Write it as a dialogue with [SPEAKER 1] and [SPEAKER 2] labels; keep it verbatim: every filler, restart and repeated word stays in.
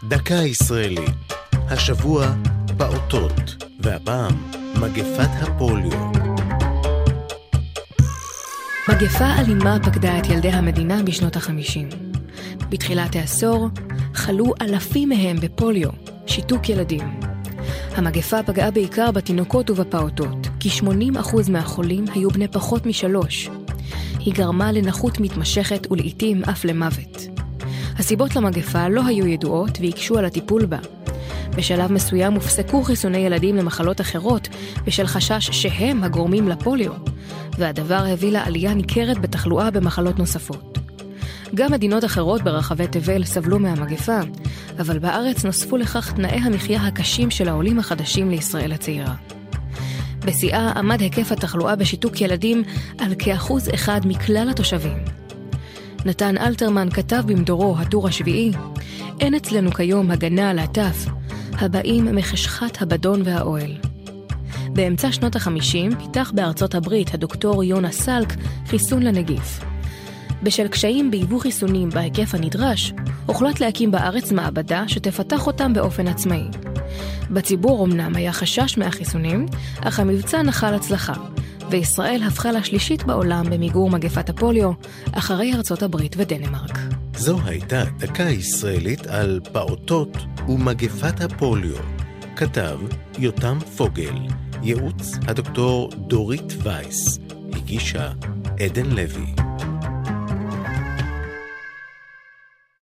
[SPEAKER 1] דקה ישראלית. השבוע פעוטות, והפעם מגפת הפוליו.
[SPEAKER 2] מגפה אלימה פקדה את ילדי המדינה בשנות החמישים. בתחילת העשור חלו אלפים מהם בפוליו, שיתוק ילדים. המגפה פגעה בעיקר בתינוקות ובפעוטות, כי שמונים אחוז מהחולים היו בני פחות משלוש. היא גרמה לנכות מתמשכת ולעיתים אף למוות. הסיבות למגפה לא היו ידועות והקשו על הטיפול בה. בשלב מסוים הופסקו חיסוני ילדים למחלות אחרות בשל חשש שהם הגורמים לפוליו, והדבר הביא לעלייה ניכרת בתחלואה במחלות נוספות. גם מדינות אחרות ברחבי תבל סבלו מהמגפה, אבל בארץ נוספו לכך תנאי המחיה הקשים של העולים החדשים לישראל הצעירה. בשיאה עמד היקף התחלואה בשיתוק ילדים על כאחוז אחד מכלל התושבים. נתן אלתרמן כתב במדורו הטור השביעי, אין אצלנו כיום הגנה על הטף, הבאים מחשכת הבדון והאוהל. באמצע שנות החמישים פיתח בארצות הברית הדוקטור יונה סלק חיסון לנגיף. בשל קשיים בייבוא חיסונים בהיקף הנדרש, הוחלט להקים בארץ מעבדה שתפתח אותם באופן עצמאי. בציבור אמנם היה חשש מהחיסונים, אך המבצע נחל הצלחה, וישראל הפכה לשלישית בעולם במיגור מגפת הפוליו, אחרי ארצות הברית ודנמרק.
[SPEAKER 1] זו הייתה דקה ישראלית על פעוטות ומגפת הפוליו. כתב יותם פוגל, ייעוץ הדוקטור דורית וייס, הגישה עדן לוי.